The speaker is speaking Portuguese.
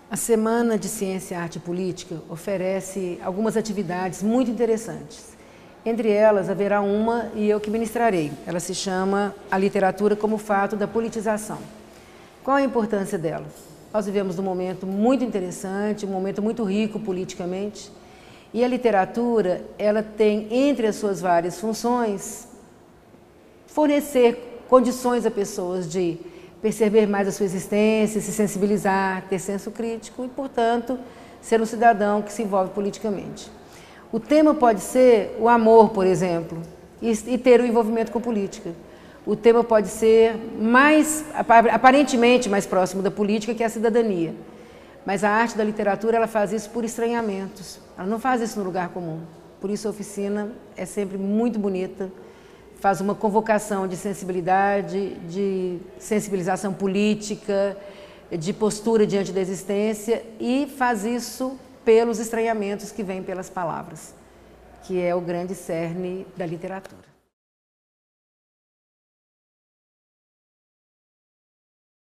A Semana de Ciência, Arte e Política oferece algumas atividades muito interessantes. Entre elas, haverá uma e eu que ministrarei. Ela se chama A Literatura como Fato da Politização. Qual a importância dela? Nós vivemos num momento muito interessante, um momento muito rico politicamente, e a literatura, ela tem, entre as suas várias funções, fornecer condições a pessoas de perceber mais a sua existência, se sensibilizar, ter senso crítico e, portanto, ser um cidadão que se envolve politicamente. O tema pode ser o amor, por exemplo, e ter o envolvimento com política. O tema pode ser aparentemente mais próximo da política, que é a cidadania. Mas a arte da literatura, ela faz isso por estranhamentos. Ela não faz isso no lugar comum. Por isso a oficina é sempre muito bonita. Faz uma convocação de sensibilidade, de sensibilização política, de postura diante da existência e faz isso pelos estranhamentos que vêm pelas palavras, que é o grande cerne da literatura.